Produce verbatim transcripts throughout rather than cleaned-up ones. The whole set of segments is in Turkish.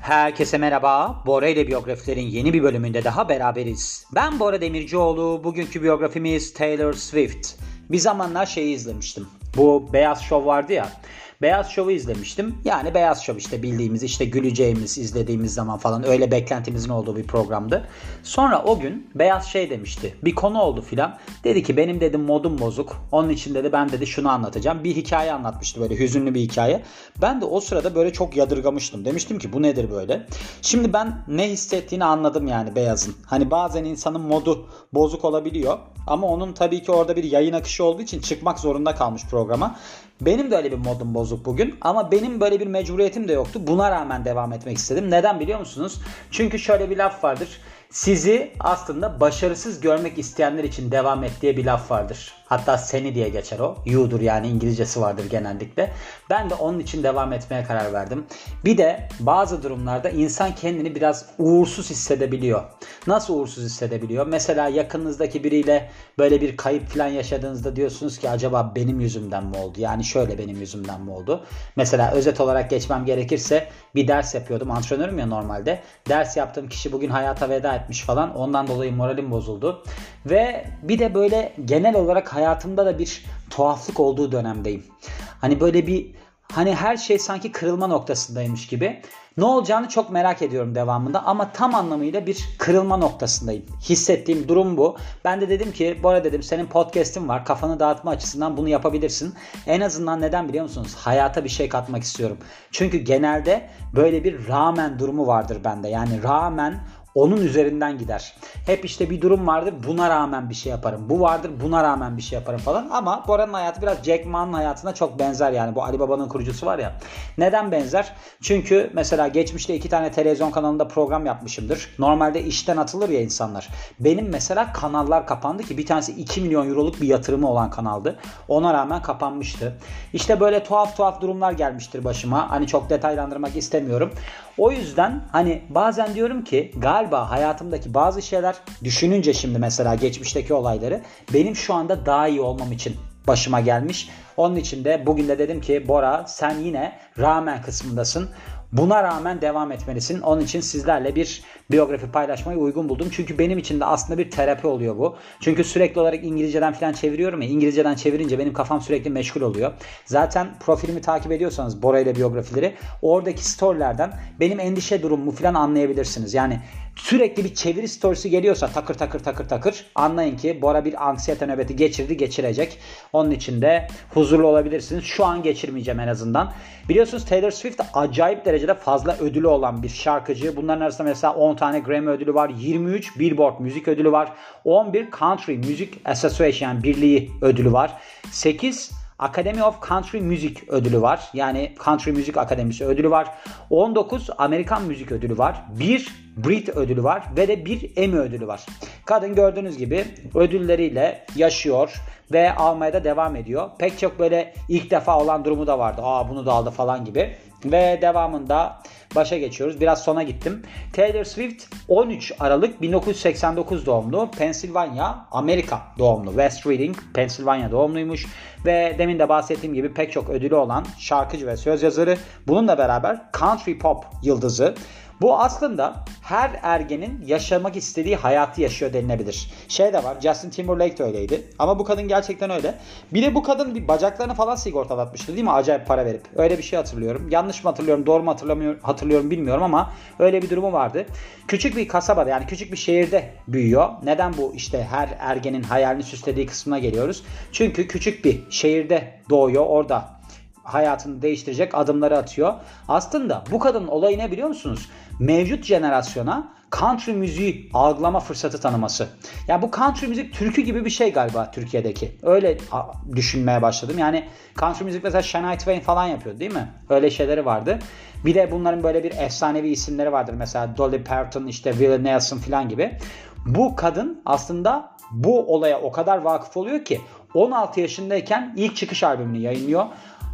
Herkese merhaba. Bora ile biyografilerin yeni bir bölümünde daha beraberiz. Ben Bora Demircioğlu. Bugünkü biyografimiz Taylor Swift. Bir zamanlar şeyi izlemiştim. Bu Beyaz Şov vardı ya. Beyaz Şov'u izlemiştim. Yani Beyaz Şov işte bildiğimiz, işte güleceğimiz, izlediğimiz zaman falan öyle beklentimizin olduğu bir programdı. Sonra o gün Beyaz şey demişti. Bir konu oldu filan. Dedi ki benim dedim modum bozuk. Onun için dedi ben dedi şunu anlatacağım. Bir hikaye anlatmıştı, böyle hüzünlü bir hikaye. Ben de o sırada böyle çok yadırgamıştım. Demiştim ki bu nedir böyle? Şimdi ben ne hissettiğini anladım yani Beyaz'ın. Hani bazen insanın modu bozuk olabiliyor. Ama onun tabii ki orada bir yayın akışı olduğu için çıkmak zorunda kalmış programa. Benim de öyle bir modum bozuk bugün ama benim böyle bir mecburiyetim de yoktu. Buna rağmen devam etmek istedim. Neden biliyor musunuz? Çünkü şöyle bir laf vardır. Sizi aslında başarısız görmek isteyenler için devam et diye bir laf vardır. Hatta seni diye geçer o. You'dur yani, İngilizcesi vardır genellikle. Ben de onun için devam etmeye karar verdim. Bir de bazı durumlarda insan kendini biraz uğursuz hissedebiliyor. Nasıl uğursuz hissedebiliyor? Mesela yakınınızdaki biriyle böyle bir kayıp falan yaşadığınızda diyorsunuz ki acaba benim yüzümden mi oldu? Yani şöyle benim yüzümden mi oldu? Mesela özet olarak geçmem gerekirse bir ders yapıyordum. Antrenörüm ya normalde. Ders yaptığım kişi bugün hayata veda etmiş falan. Ondan dolayı moralim bozuldu. Ve bir de böyle genel olarak hayatımda da bir tuhaflık olduğu dönemdeyim. Hani böyle bir hani her şey sanki kırılma noktasındaymış gibi. Ne olacağını çok merak ediyorum devamında ama tam anlamıyla bir kırılma noktasındayım. Hissettiğim durum bu. Ben de dedim ki Bora dedim senin podcast'in var. Kafanı dağıtma açısından bunu yapabilirsin. En azından neden biliyor musunuz? Hayata bir şey katmak istiyorum. Çünkü genelde böyle bir rağmen durumu vardır bende. Yani rağmen onun üzerinden gider. Hep işte bir durum vardır, buna rağmen bir şey yaparım. Bu vardır, buna rağmen bir şey yaparım falan. Ama Bora'nın hayatı biraz Jack Ma'nın hayatına çok benzer yani. Bu Ali Baba'nın kurucusu var ya. Neden benzer? Çünkü mesela geçmişte iki tane televizyon kanalında program yapmışımdır. Normalde işten atılır ya insanlar. Benim mesela kanallar kapandı ki bir tanesi iki milyon euroluk bir yatırımı olan kanaldı. Ona rağmen kapanmıştı. İşte böyle tuhaf tuhaf durumlar gelmiştir başıma. Hani çok detaylandırmak istemiyorum. O yüzden hani bazen diyorum ki galiba hayatımdaki bazı şeyler düşününce şimdi mesela geçmişteki olayları benim şu anda daha iyi olmam için başıma gelmiş. Onun için de bugün de dedim ki Bora sen yine rağmen kısmındasın. Buna rağmen devam etmelisin. Onun için sizlerle bir biyografi paylaşmayı uygun buldum. Çünkü benim için de aslında bir terapi oluyor bu. Çünkü sürekli olarak İngilizceden falan çeviriyorum ya. İngilizceden çevirince benim kafam sürekli meşgul oluyor. Zaten profilimi takip ediyorsanız Bora ile biyografileri oradaki storylerden benim endişe durumumu falan anlayabilirsiniz. Yani sürekli bir çeviri storiesi geliyorsa takır takır takır takır anlayın ki Bora bir anksiyete nöbeti geçirdi, geçirecek. Onun için de huzurlu olabilirsiniz. Şu an geçirmeyeceğim en azından. Biliyorsunuz Taylor Swift acayip derecede fazla ödülü olan bir şarkıcı. Bunların arasında mesela on tane Grammy ödülü var. yirmi üç Billboard müzik ödülü var. on bir Country Music Association yani birliği ödülü var. sekiz Academy of Country Music ödülü var. Yani Country Music Akademisi ödülü var. on dokuz Amerikan Müzik ödülü var. bir Brit ödülü var ve de bir Emmy ödülü var. Kadın gördüğünüz gibi ödülleriyle yaşıyor ve almaya da devam ediyor. Pek çok böyle ilk defa olan durumu da vardı. Aa bunu da aldı falan gibi. Ve devamında başa geçiyoruz. Biraz sona gittim. Taylor Swift on üç Aralık bin dokuz yüz seksen dokuz doğumlu. Pennsylvania, Amerika doğumlu. West Reading, Pennsylvania doğumluymuş. Ve demin de bahsettiğim gibi pek çok ödülü olan şarkıcı ve söz yazarı. Bununla beraber country pop yıldızı. Bu aslında her ergenin yaşamak istediği hayatı yaşıyor denilebilir. Şey de var, Justin Timberlake de öyleydi. Ama bu kadın gerçekten öyle. Bir de bu kadın bir bacaklarını falan sigortalatmıştı değil mi? Acayip para verip. Öyle bir şey hatırlıyorum. Yanlış mı hatırlıyorum, doğru mu hatırlamıyorum, hatırlıyorum bilmiyorum ama öyle bir durumu vardı. Küçük bir kasabada yani küçük bir şehirde büyüyor. Neden bu işte her ergenin hayalini süslediği kısmına geliyoruz? Çünkü küçük bir şehirde doğuyor. Orada hayatını değiştirecek adımları atıyor. Aslında bu kadının olayı ne biliyor musunuz? Mevcut jenerasyona country müziği algılama fırsatı tanıması. Yani bu country müzik türkü gibi bir şey galiba Türkiye'deki. Öyle düşünmeye başladım. Yani country müzik mesela Shania Twain falan yapıyor değil mi? Öyle şeyleri vardı. Bir de bunların böyle bir efsanevi isimleri vardır. Mesela Dolly Parton, işte Willie Nelson falan gibi. Bu kadın aslında bu olaya o kadar vakıf oluyor ki on altı yaşındayken ilk çıkış albümünü yayınlıyor.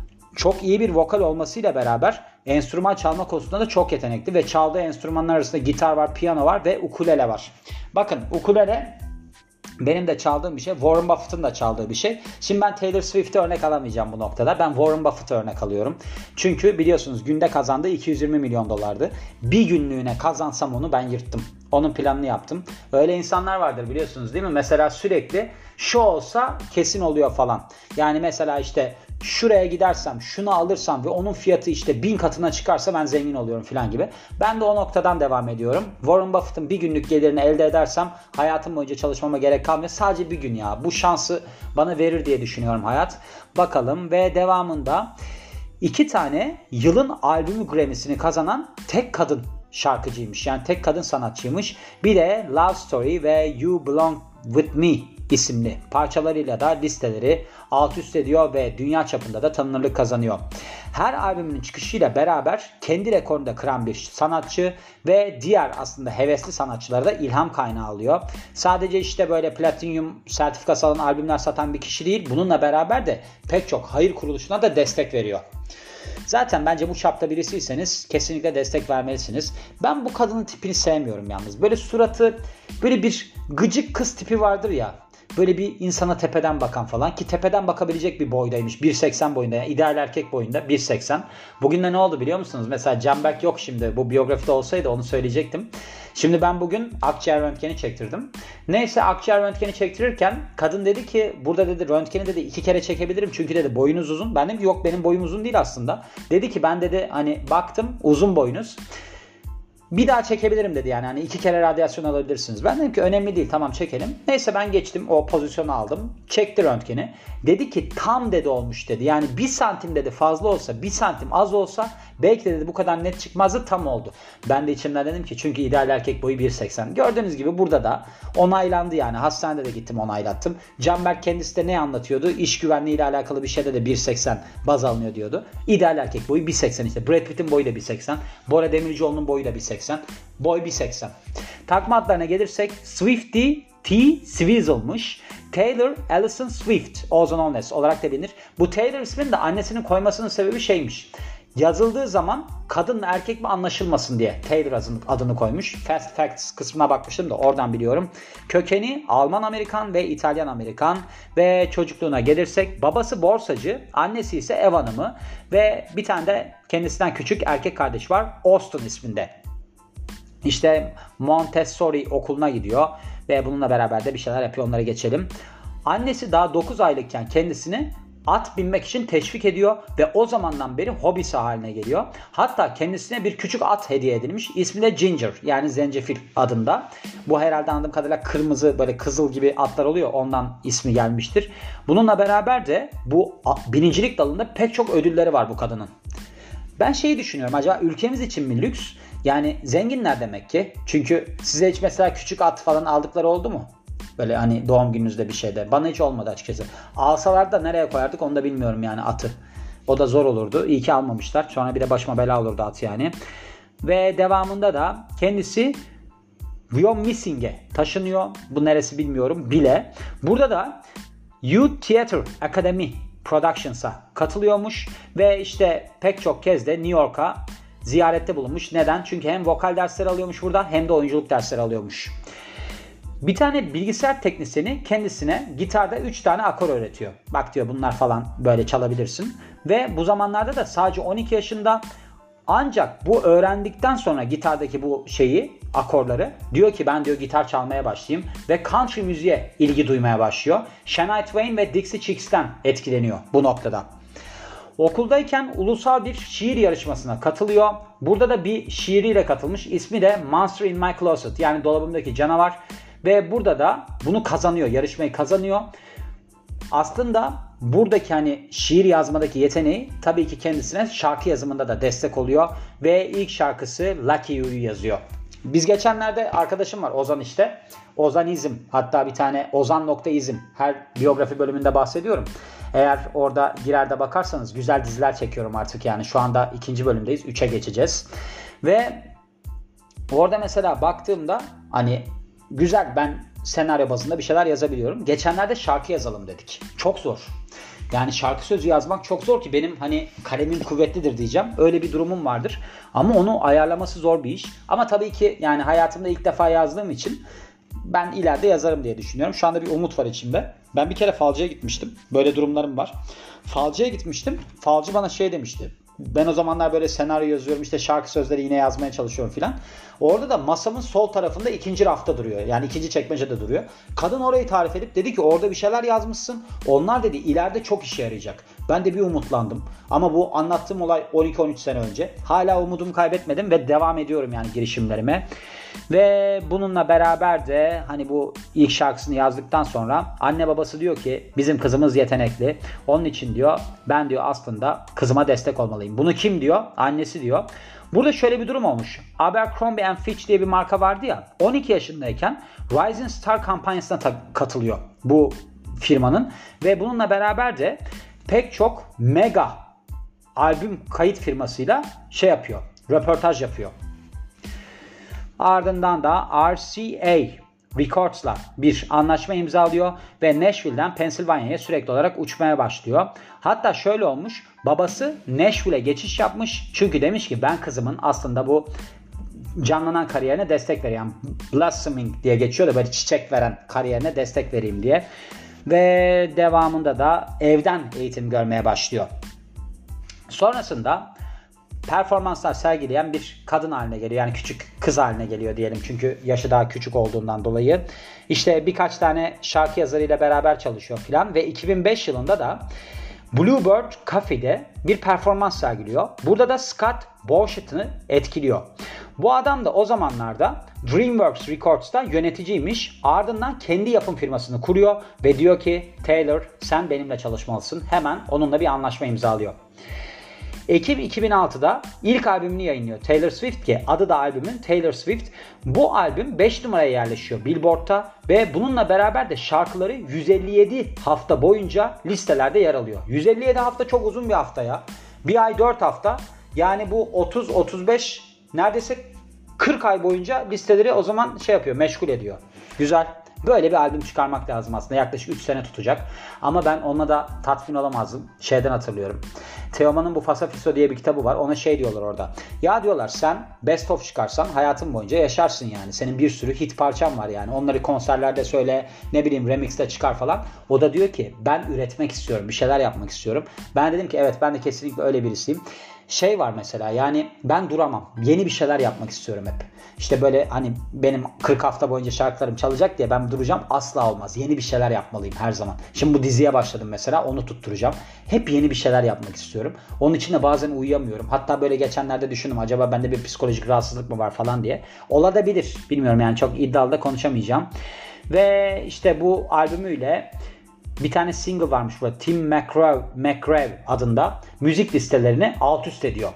Çok iyi bir vokal olmasıyla beraber enstrüman çalma konusunda da çok yetenekli ve çaldığı enstrümanlar arasında gitar var, piyano var ve ukulele var. Bakın ukulele Benim de çaldığım bir şey. Warren Buffett'ın da çaldığı bir şey. Şimdi ben Taylor Swift'e örnek alamayacağım bu noktada. Ben Warren Buffett'a örnek alıyorum. Çünkü biliyorsunuz günde kazandığı iki yüz yirmi milyon dolardı. Bir günlüğüne kazansam onu ben yırttım. Onun planını yaptım. Öyle insanlar vardır biliyorsunuz değil mi? Mesela sürekli şu olsa kesin oluyor falan. Yani mesela işte şuraya gidersem, şunu alırsam ve onun fiyatı işte bin katına çıkarsa ben zengin oluyorum falan gibi. Ben de o noktadan devam ediyorum. Warren Buffett'ın bir günlük gelirini elde edersem hayatım boyunca çalışmama gerek kalmıyor. Sadece bir gün ya. Bu şansı bana verir diye düşünüyorum hayat. Bakalım ve devamında iki tane yılın albümü Grammy'sini kazanan tek kadın şarkıcıymış. Yani tek kadın sanatçıymış. Bir de Love Story ve You Belong With Me isimli parçalarıyla da listeleri alt üst ediyor ve dünya çapında da tanınırlık kazanıyor. Her albümünün çıkışıyla beraber kendi rekorunu da kıran bir sanatçı ve diğer aslında hevesli sanatçılara da ilham kaynağı alıyor. Sadece işte böyle platinum sertifikası alan albümler satan bir kişi değil, bununla beraber de pek çok hayır kuruluşuna da destek veriyor. Zaten bence bu çapta birisiyseniz kesinlikle destek vermelisiniz. Ben bu kadının tipini sevmiyorum yalnız. Böyle suratı, böyle bir gıcık kız tipi vardır ya. Böyle bir insana tepeden bakan falan, ki tepeden bakabilecek bir boydaymış. bir seksen boyunda, yani ideal erkek boyunda bir seksen. Bugün de ne oldu biliyor musunuz? Mesela Canberk yok şimdi. Bu biyografide olsaydı onu söyleyecektim. Şimdi ben bugün akciğer röntgeni çektirdim. Neyse akciğer röntgeni çektirirken kadın dedi ki burada dedi röntgeni dedi iki kere çekebilirim. Çünkü dedi boyunuz uzun. Ben dedim ki yok benim boyum uzun değil aslında. Dedi ki ben dedi hani baktım uzun boyunuz. Bir daha çekebilirim dedi yani hani iki kere radyasyon alabilirsiniz. Ben dedim ki önemli değil tamam çekelim. Neyse ben geçtim o pozisyonu aldım. Çekti röntgeni. Dedi ki tam dedi olmuş dedi. Yani bir santim dedi fazla olsa bir santim az olsa belki dedi bu kadar net çıkmazdı tam oldu. Ben de içimden dedim ki çünkü ideal erkek boyu bir seksen. Gördüğünüz gibi burada da onaylandı yani. Hastanede de gittim onaylattım. Canberk kendisi de ne anlatıyordu? İş güvenliği ile alakalı bir şeyde de bir seksen baz alınıyor diyordu. İdeal erkek boyu bir seksen işte. Brad Pitt'in boyu da bir seksen. Bora Demircioğlu'nun boyu da bir seksen. Boy bir seksen. Takma adlarına gelirsek Swifty T. Swizzle'mış. Taylor Allison Swift, also known as olarak da bilinir. Bu Taylor ismini de annesinin koymasının sebebi şeymiş. Yazıldığı zaman kadın mı erkek mi anlaşılmasın diye Taylor adını koymuş. Fast Facts kısmına bakmıştım da oradan biliyorum. Kökeni Alman-Amerikan ve İtalyan-Amerikan ve çocukluğuna gelirsek babası borsacı, annesi ise ev hanımı ve bir tane de kendisinden küçük erkek kardeş var Austin isminde. İşte Montessori okuluna gidiyor ve bununla beraber de bir şeyler yapıyor, onlara geçelim. Annesi daha dokuz aylıkken kendisini at binmek için teşvik ediyor ve o zamandan beri hobisi haline geliyor. Hatta kendisine bir küçük at hediye edilmiş. İsmi de Ginger yani zencefil adında. Bu herhalde anladığım kadarıyla kırmızı böyle kızıl gibi atlar oluyor, ondan ismi gelmiştir. Bununla beraber de bu binicilik dalında pek çok ödülleri var bu kadının. Ben şeyi düşünüyorum, acaba ülkemiz için mi lüks? Yani zenginler demek ki. Çünkü size hiç mesela küçük at falan aldıkları oldu mu? Böyle hani doğum gününüzde bir şeyde. Bana hiç olmadı açıkçası. Alsalar da nereye koyardık onu da bilmiyorum yani atı. O da zor olurdu. İyi ki almamışlar. Sonra bir de başıma bela olurdu at yani. Ve devamında da kendisi Wyoming'e taşınıyor. Bu neresi bilmiyorum bile. Burada da Youth Theatre Academy Productions'a katılıyormuş. Ve işte pek çok kez de New York'a ziyarette bulunmuş. Neden? Çünkü hem vokal dersleri alıyormuş burada hem de oyunculuk dersleri alıyormuş. Bir tane bilgisayar teknisyeni kendisine gitarda üç tane akor öğretiyor. Bak diyor bunlar falan böyle çalabilirsin. Ve bu zamanlarda da sadece on iki yaşında, ancak bu öğrendikten sonra gitardaki bu şeyi, akorları diyor ki ben diyor gitar çalmaya başlayayım ve country müziğe ilgi duymaya başlıyor. Shania Twain ve Dixie Chicks'ten etkileniyor bu noktada. Okuldayken ulusal bir şiir yarışmasına katılıyor. Burada da bir şiiriyle katılmış. İsmi de Monster in My Closet yani dolabımdaki canavar. Ve burada da bunu kazanıyor. Yarışmayı kazanıyor. Aslında buradaki hani şiir yazmadaki yeteneği tabii ki kendisine şarkı yazımında da destek oluyor. Ve ilk şarkısı Lucky You'yu yazıyor. Biz geçenlerde arkadaşım var Ozan işte. Ozanizm, hatta bir tane Ozan.izm, her biyografi bölümünde bahsediyorum. Eğer orada girer de bakarsanız güzel diziler çekiyorum artık yani. Şu anda ikinci bölümdeyiz. Üçe geçeceğiz. Ve orada mesela baktığımda hani güzel, ben senaryo bazında bir şeyler yazabiliyorum. Geçenlerde şarkı yazalım dedik. Çok zor. Yani şarkı sözü yazmak çok zor ki benim hani kalemim kuvvetlidir diyeceğim. Öyle bir durumum vardır. Ama onu ayarlaması zor bir iş. Ama tabii ki yani hayatımda ilk defa yazdığım için ben ileride yazarım diye düşünüyorum. Şu anda bir umut var içimde. Ben bir kere falcıya gitmiştim. Böyle durumlarım var. Falcıya gitmiştim. Falcı bana şey demişti. Ben o zamanlar böyle senaryo yazıyorum, işte şarkı sözleri yine yazmaya çalışıyorum filan. Orada da masamın sol tarafında ikinci rafta duruyor. Yani ikinci çekmecede duruyor. Kadın orayı tarif edip dedi ki orada bir şeyler yazmışsın. Onlar dedi ileride çok işe yarayacak. Ben de bir umutlandım. Ama bu anlattığım olay on iki on üç sene önce. Hala umudumu kaybetmedim ve devam ediyorum yani girişimlerime. Ve bununla beraber de hani bu ilk şarkısını yazdıktan sonra anne babası diyor ki bizim kızımız yetenekli. Onun için diyor ben diyor aslında kızıma destek olmalıyım. Bunu kim diyor? Annesi diyor. Burada şöyle bir durum olmuş. Abercrombie and Fitch diye bir marka vardı ya. on iki yaşındayken Rising Star kampanyasına ta- katılıyor bu firmanın. Ve bununla beraber de pek çok mega albüm kayıt firmasıyla şey yapıyor. Röportaj yapıyor. Ardından da R C A Records'la bir anlaşma imzalıyor ve Nashville'den Pennsylvania'ya sürekli olarak uçmaya başlıyor. Hatta şöyle olmuş, babası Nashville'e geçiş yapmış çünkü demiş ki ben kızımın aslında bu canlanan kariyerine destek vereyim. Yani blossoming diye geçiyor da böyle çiçek veren kariyerine destek vereyim diye. Ve devamında da evden eğitim görmeye başlıyor. Sonrasında performanslar sergileyen bir kadın haline geliyor. Yani küçük kız haline geliyor diyelim. Çünkü yaşı daha küçük olduğundan dolayı. İşte birkaç tane şarkı yazarıyla beraber çalışıyor filan. Ve iki bin beş yılında da Bluebird Cafe'de bir performans sergiliyor. Burada da Scott Borchett'ını etkiliyor. Bu adam da o zamanlarda DreamWorks Records'ta yöneticiymiş. Ardından kendi yapım firmasını kuruyor ve diyor ki Taylor sen benimle çalışmalısın. Hemen onunla bir anlaşma imzalıyor. Ekim iki bin altıda ilk albümünü yayınlıyor Taylor Swift ki adı da albümün Taylor Swift. Bu albüm beş numaraya yerleşiyor Billboard'ta ve bununla beraber de şarkıları yüz elli yedi hafta boyunca listelerde yer alıyor. yüz elli yedi hafta çok uzun bir hafta ya. Bir ay dört hafta. Yani bu otuz otuz beş neredeyse kırk ay boyunca listeleri o zaman şey yapıyor, meşgul ediyor. Güzel. Böyle bir albüm çıkarmak lazım aslında. Yaklaşık üç sene tutacak. Ama ben onunla da tatmin olamazdım. Şeyden hatırlıyorum. Teoman'ın bu Fasafiso diye bir kitabı var. Ona şey diyorlar orada. Ya diyorlar sen best of çıkarsan hayatın boyunca yaşarsın yani. Senin bir sürü hit parçan var yani. Onları konserlerde söyle, ne bileyim remixte çıkar falan. O da diyor ki ben üretmek istiyorum. Bir şeyler yapmak istiyorum. Ben dedim ki evet ben de kesinlikle öyle birisiyim. Şey var mesela yani ben duramam. Yeni bir şeyler yapmak istiyorum hep. İşte böyle hani benim kırk hafta boyunca şarkılarım çalacak diye ben duracağım asla olmaz. Yeni bir şeyler yapmalıyım her zaman. Şimdi bu diziye başladım mesela onu tutturacağım. Hep yeni bir şeyler yapmak istiyorum. Onun için de bazen uyuyamıyorum. Hatta böyle geçenlerde düşündüm acaba bende bir psikolojik rahatsızlık mı var falan diye. Olabilir. Bilmiyorum yani çok iddialı da konuşamayacağım. Ve işte bu albümüyle bir tane single varmış burada. Tim McGraw, McGraw adında müzik listelerini alt üst ediyor.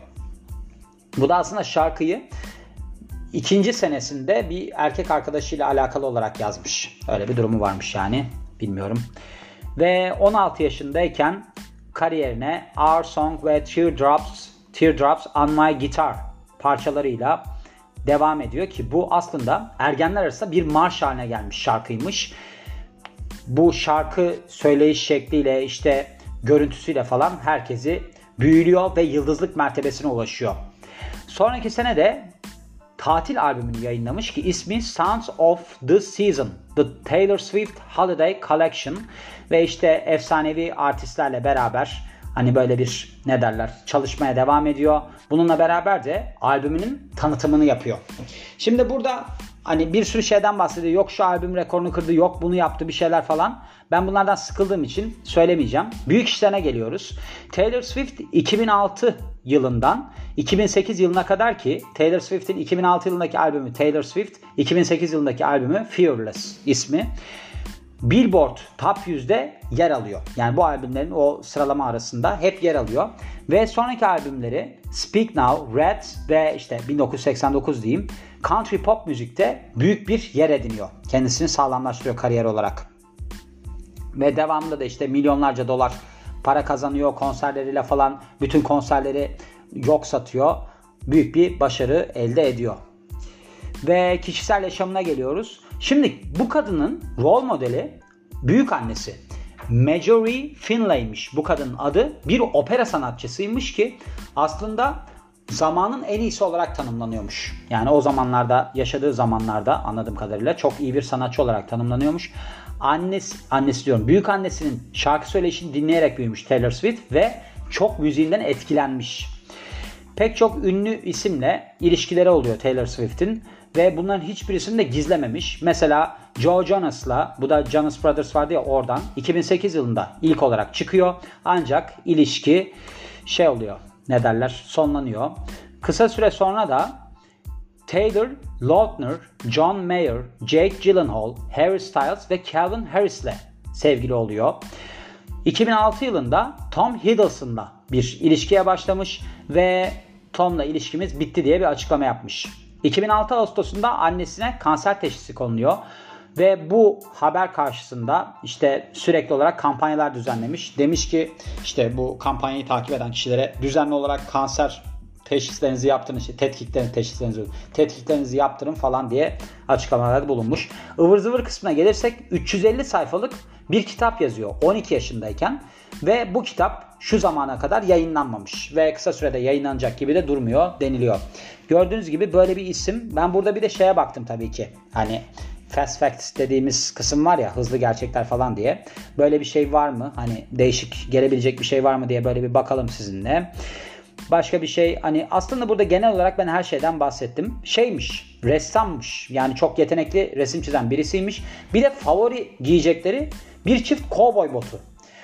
Bu da aslında şarkıyı ikinci senesinde bir erkek arkadaşıyla alakalı olarak yazmış. Öyle bir durumu varmış yani. Bilmiyorum. Ve on altı yaşındayken kariyerine Our Song ve Teardrops, Teardrops on My Guitar parçalarıyla devam ediyor ki bu aslında ergenler arasında bir marş haline gelmiş şarkıymış. Bu şarkı söyleyiş şekliyle işte görüntüsüyle falan herkesi büyülüyor ve yıldızlık mertebesine ulaşıyor. Sonraki sene de tatil albümünü yayınlamış ki ismi Sounds of the Season, The Taylor Swift Holiday Collection ve işte efsanevi artistlerle beraber hani böyle bir ne derler çalışmaya devam ediyor. Bununla beraber de albümünün tanıtımını yapıyor. Şimdi burada hani bir sürü şeyden bahsediyor. Yok şu albüm rekorunu kırdı, yok bunu yaptı bir şeyler falan. Ben bunlardan sıkıldığım için söylemeyeceğim. Büyük işlerine geliyoruz. Taylor Swift iki bin altı yılından iki bin sekiz yılına kadar ki Taylor Swift'in iki bin altı yılındaki albümü Taylor Swift, iki bin sekiz yılındaki albümü Fearless ismi. Billboard Top yüzde yer alıyor. Yani bu albümlerin o sıralama arasında hep yer alıyor. Ve sonraki albümleri Speak Now, Red ve işte bin dokuz yüz seksen dokuz diyeyim country pop müzikte büyük bir yer ediniyor. Kendisini sağlamlaştırıyor kariyer olarak. Ve devamında da işte milyonlarca dolar para kazanıyor konserleriyle falan. Bütün konserleri yok satıyor. Büyük bir başarı elde ediyor. Ve kişisel yaşamına geliyoruz. Şimdi bu kadının rol modeli büyük annesi. Marjorie Finlay'miş bu kadının adı. Bir opera sanatçısıymış ki aslında zamanın en iyisi olarak tanımlanıyormuş. Yani o zamanlarda, yaşadığı zamanlarda anladığım kadarıyla çok iyi bir sanatçı olarak tanımlanıyormuş. Annesi, annesi diyorum, büyük annesinin şarkı söyleyişini dinleyerek büyümüş Taylor Swift ve çok müziğinden etkilenmiş. Pek çok ünlü isimle ilişkileri oluyor Taylor Swift'in ve bunların hiçbirisini de gizlememiş. Mesela Joe Jonas'la, bu da Jonas Brothers vardı ya, oradan iki bin sekiz yılında ilk olarak çıkıyor. Ancak ilişki şey oluyor, ne derler, sonlanıyor. Kısa süre sonra da Taylor Lautner, John Mayer, Jake Gyllenhaal, Harry Styles ve Calvin Harris'le sevgili oluyor. iki bin altı yılında Tom Hiddleston'la bir ilişkiye başlamış ve Tom'la ilişkimiz bitti diye bir açıklama yapmış. iki bin altı Ağustos'unda annesine kanser teşhisi konuluyor ve bu haber karşısında işte sürekli olarak kampanyalar düzenlemiş. Demiş ki işte bu kampanyayı takip eden kişilere düzenli olarak kanser teşhislerinizi yaptırın, işte tetkiklerini, teşhislerinizi, tetkiklerinizi yaptırın falan diye açıklamalarda bulunmuş. Ivır zıvır kısmına gelirsek üç yüz elli sayfalık bir kitap yazıyor on iki yaşındayken ve bu kitap şu zamana kadar yayınlanmamış ve kısa sürede yayınlanacak gibi de durmuyor deniliyor. Gördüğünüz gibi böyle bir isim. Ben burada bir de şeye baktım tabii ki. Hani Fast Facts dediğimiz kısım var ya, hızlı gerçekler falan diye. Böyle bir şey var mı? Hani değişik gelebilecek bir şey var mı diye böyle bir bakalım sizinle. Başka bir şey, hani aslında burada genel olarak ben her şeyden bahsettim. Şeymiş, ressammış. Yani çok yetenekli resim çizen birisiymiş. Bir de favori giyecekleri bir çift kovboy botu.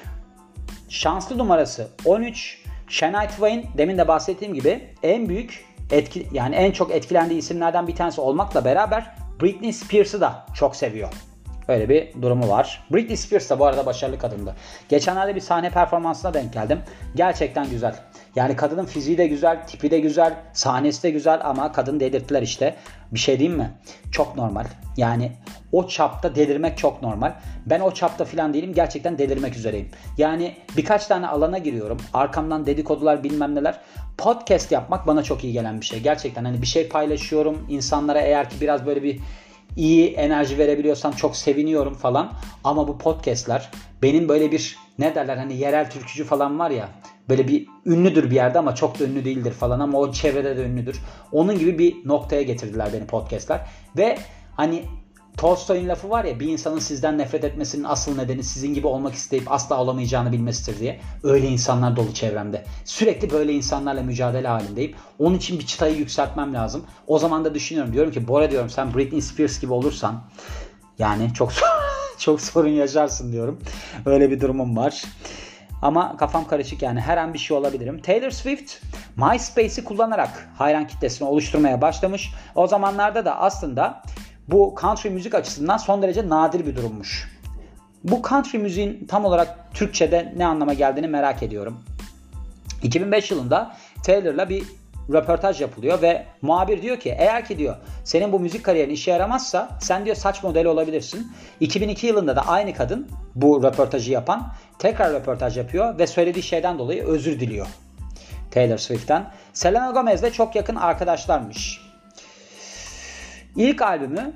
Şanslı numarası on üç. Shania Twain, demin de bahsettiğim gibi en büyük etki, yani en çok etkilendiği isimlerden bir tanesi olmakla beraber Britney Spears'ı da çok seviyor. Öyle bir durumu var. Britney Spears da bu arada başarılı kadındı. Geçenlerde bir sahne performansına denk geldim. Gerçekten güzel. Yani kadının fiziği de güzel, tipi de güzel, sahnesi de güzel ama kadını delirttiler işte. Bir şey diyeyim mi? Çok normal. Yani o çapta delirmek çok normal. Ben o çapta falan değilim. Gerçekten delirmek üzereyim. Yani birkaç tane alana giriyorum. Arkamdan dedikodular, bilmem neler. Podcast yapmak bana çok iyi gelen bir şey. Gerçekten hani bir şey paylaşıyorum. İnsanlara eğer ki biraz böyle bir iyi enerji verebiliyorsam çok seviniyorum falan. Ama bu podcastler benim böyle bir, ne derler, hani yerel türkücü falan var ya, böyle bir ünlüdür bir yerde ama çok da ünlü değildir falan ama o çevrede de ünlüdür. Onun gibi bir noktaya getirdiler beni podcastler. Ve hani Tolstoy'un lafı var ya, bir insanın sizden nefret etmesinin asıl nedeni sizin gibi olmak isteyip asla olamayacağını bilmesidir diye. Öyle insanlar dolu çevremde. Sürekli böyle insanlarla mücadele halindeyim. Onun için bir çıtayı yükseltmem lazım. O zaman da düşünüyorum, diyorum ki Bora, diyorum, sen Britney Spears gibi olursan yani çok çok sorun yaşarsın diyorum. Öyle bir durumum var. Ama kafam karışık, yani her an bir şey olabilirim. Taylor Swift MySpace'i kullanarak hayran kitlesini oluşturmaya başlamış. O zamanlarda da aslında bu country müzik açısından son derece nadir bir durummuş. Bu country müziğin tam olarak Türkçe'de ne anlama geldiğini merak ediyorum. iki bin beş yılında Taylor'la bir röportaj yapılıyor ve muhabir diyor ki, eğer ki diyor senin bu müzik kariyerin işe yaramazsa sen diyor saç modeli olabilirsin. iki bin iki yılında da aynı kadın, bu röportajı yapan, tekrar röportaj yapıyor ve söylediği şeyden dolayı özür diliyor Taylor Swift'ten. Selena Gomez'le çok yakın arkadaşlarmış. İlk albümü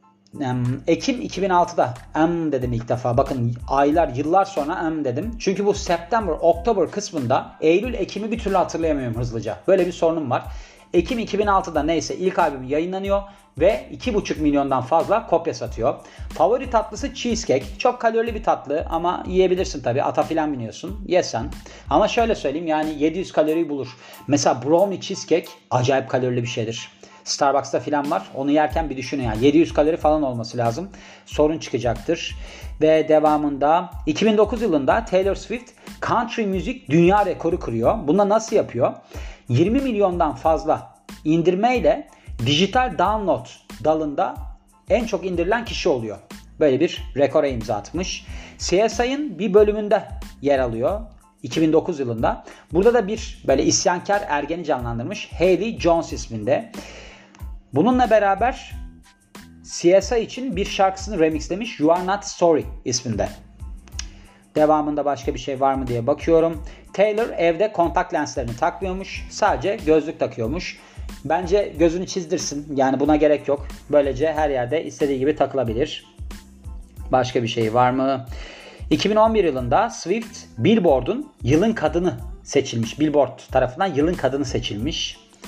Ekim iki bin altıda M dedim ilk defa. Bakın aylar, yıllar sonra M dedim. Çünkü bu September, October kısmında Eylül, Ekim'i bir türlü hatırlayamıyorum hızlıca. Böyle bir sorunum var. Ekim iki bin altıda neyse ilk albüm yayınlanıyor ve iki buçuk milyondan fazla kopya satıyor. Favori tatlısı cheesecake. Çok kalorili bir tatlı ama yiyebilirsin tabii. Ata filan biniyorsun. Yesen. Ama şöyle söyleyeyim, yani yedi yüz kaloriyi bulur. Mesela brownie cheesecake acayip kalorili bir şeydir. Starbucks'ta filan var. Onu yerken bir düşünün yani. yedi yüz kalori falan olması lazım. Sorun çıkacaktır. Ve devamında iki bin dokuz yılında Taylor Swift country müzik dünya rekoru kırıyor. Bunu nasıl yapıyor? yirmi milyondan fazla indirmeyle dijital download dalında en çok indirilen kişi oluyor. Böyle bir rekora imza atmış. C S I'ın bir bölümünde yer alıyor iki bin dokuz yılında. Burada da bir böyle isyankar ergeni canlandırmış. Haley Jones isminde. Bununla beraber C S I için bir şarkısını remixlemiş. You Are Not Sorry isminde. Devamında başka bir şey var mı diye bakıyorum. Taylor evde kontak lenslerini takmıyormuş. Sadece gözlük takıyormuş. Bence gözünü çizdirsin. Yani buna gerek yok. Böylece her yerde istediği gibi takılabilir. Başka bir şey var mı? iki bin on bir yılında Swift Billboard'un yılın kadını seçilmiş. Billboard tarafından yılın kadını seçilmiş.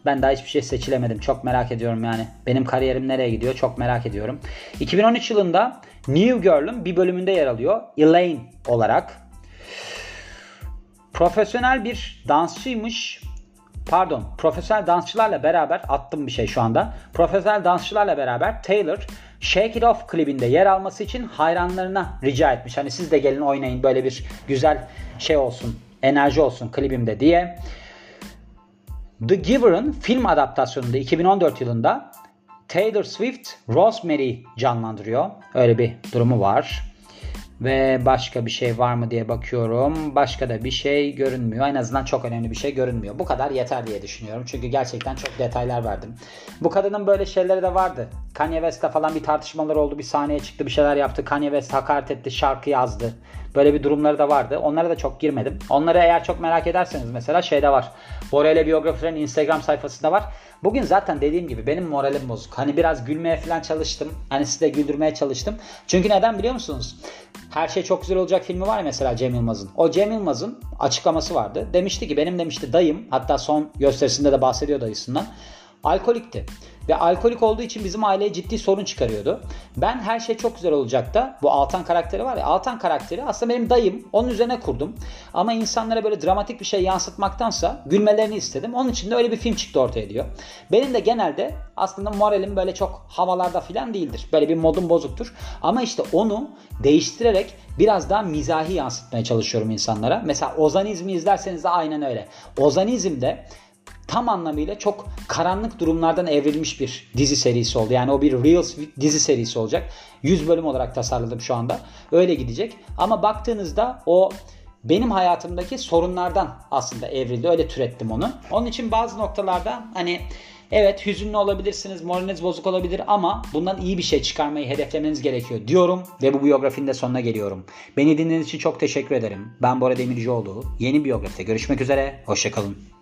Ben daha hiçbir şey seçilemedim. Çok merak ediyorum yani. Benim kariyerim nereye gidiyor çok merak ediyorum. iki bin on üç yılında New Girl'ün bir bölümünde yer alıyor. Elaine olarak. Profesyonel bir dansçıymış. Pardon, profesyonel dansçılarla beraber attım bir şey şu anda. Profesyonel dansçılarla beraber Taylor Shake It Off klibinde yer alması için hayranlarına rica etmiş. Hani siz de gelin oynayın, böyle bir güzel şey olsun, enerji olsun klibimde diye. The Giver'ın film adaptasyonunda iki bin on dört yılında Taylor Swift Rosemary'i canlandırıyor. Öyle bir durumu var. Ve başka bir şey var mı diye bakıyorum. Başka da bir şey görünmüyor. En azından çok önemli bir şey görünmüyor. Bu kadar yeter diye düşünüyorum. Çünkü gerçekten çok detaylar verdim. Bu kadının böyle şeyleri de vardı. Kanye West'le falan bir tartışmalar oldu. Bir sahneye çıktı, bir şeyler yaptı. Kanye West hakaret etti, şarkı yazdı. Böyle bir durumları da vardı. Onlara da çok girmedim. Onları eğer çok merak ederseniz mesela şeyde var. Bora ile biyografilerin Instagram sayfasında var. Bugün zaten dediğim gibi benim moralim bozuk. Hani biraz gülmeye falan çalıştım. Hani size güldürmeye çalıştım. Çünkü neden biliyor musunuz? Her Şey Çok Güzel Olacak filmi var ya mesela Cem Yılmaz'ın. O Cem Yılmaz'ın açıklaması vardı. Demişti ki benim demişti dayım, hatta son gösterisinde de bahsediyor dayısından, alkolikti. Ve alkolik olduğu için bizim aileye ciddi sorun çıkarıyordu. Ben Her Şey Çok Güzel Olacak'ta bu Altan karakteri var ya, Altan karakteri aslında benim dayım. Onun üzerine kurdum. Ama insanlara böyle dramatik bir şey yansıtmaktansa gülmelerini istedim. Onun için de öyle bir film çıktı ortaya diyor. Benim de genelde aslında moralim böyle çok havalarda falan değildir. Böyle bir modum bozuktur. Ama işte onu değiştirerek biraz daha mizahi yansıtmaya çalışıyorum insanlara. Mesela Ozanizm'i izlerseniz de aynen öyle. Ozanizm'de tam anlamıyla çok karanlık durumlardan evrilmiş bir dizi serisi oldu. Yani o bir Reels dizi serisi olacak. yüz bölüm olarak tasarladım şu anda. Öyle gidecek. Ama baktığınızda o benim hayatımdaki sorunlardan aslında evrildi. Öyle türettim onu. Onun için bazı noktalarda hani evet hüzünlü olabilirsiniz, moraliniz bozuk olabilir ama bundan iyi bir şey çıkarmayı hedeflemeniz gerekiyor diyorum ve bu biyografinin de sonuna geliyorum. Beni dinlediğiniz için çok teşekkür ederim. Ben Bora Demircioğlu. Yeni biyografide görüşmek üzere. Hoşçakalın.